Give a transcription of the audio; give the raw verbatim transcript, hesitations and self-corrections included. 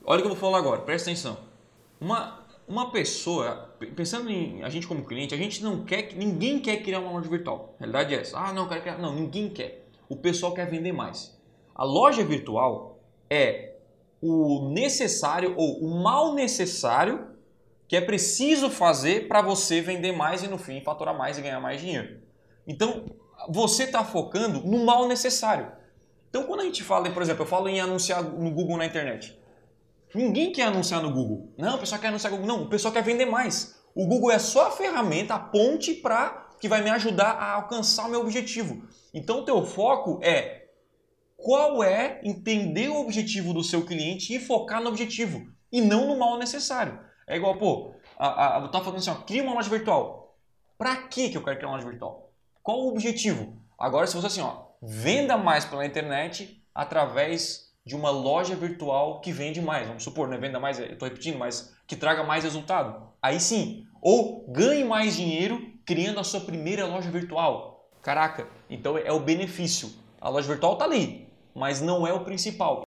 Olha o que eu vou falar agora, presta atenção. Uma, uma pessoa, pensando em a gente como cliente, a gente não quer, ninguém quer criar uma loja virtual. A realidade é essa. Ah, não, eu quero criar. Não, ninguém quer. O pessoal quer vender mais. A loja virtual é o necessário ou o mal necessário que é preciso fazer para você vender mais e no fim faturar mais e ganhar mais dinheiro. Então, você está focando no mal necessário. Então, quando a gente fala, por exemplo, eu falo em anunciar no Google na internet. Ninguém quer anunciar no Google. Não, o pessoal quer anunciar no Google. Não, o pessoal quer vender mais. O Google é só a ferramenta, a ponte para que vai me ajudar a alcançar o meu objetivo. Então, o teu foco é qual é entender o objetivo do seu cliente e focar no objetivo e não no mal necessário. É igual, pô, a, a, eu tava falando assim, ó, cria uma loja virtual. Para que que eu quero criar uma loja virtual? Qual o objetivo? Agora, se fosse assim, ó, venda mais pela internet através de uma loja virtual que vende mais. Vamos supor, não é venda mais, eu estou repetindo, mas que traga mais resultado. Aí sim. Ou ganhe mais dinheiro criando a sua primeira loja virtual. Caraca, então é o benefício. A loja virtual está ali, mas não é o principal.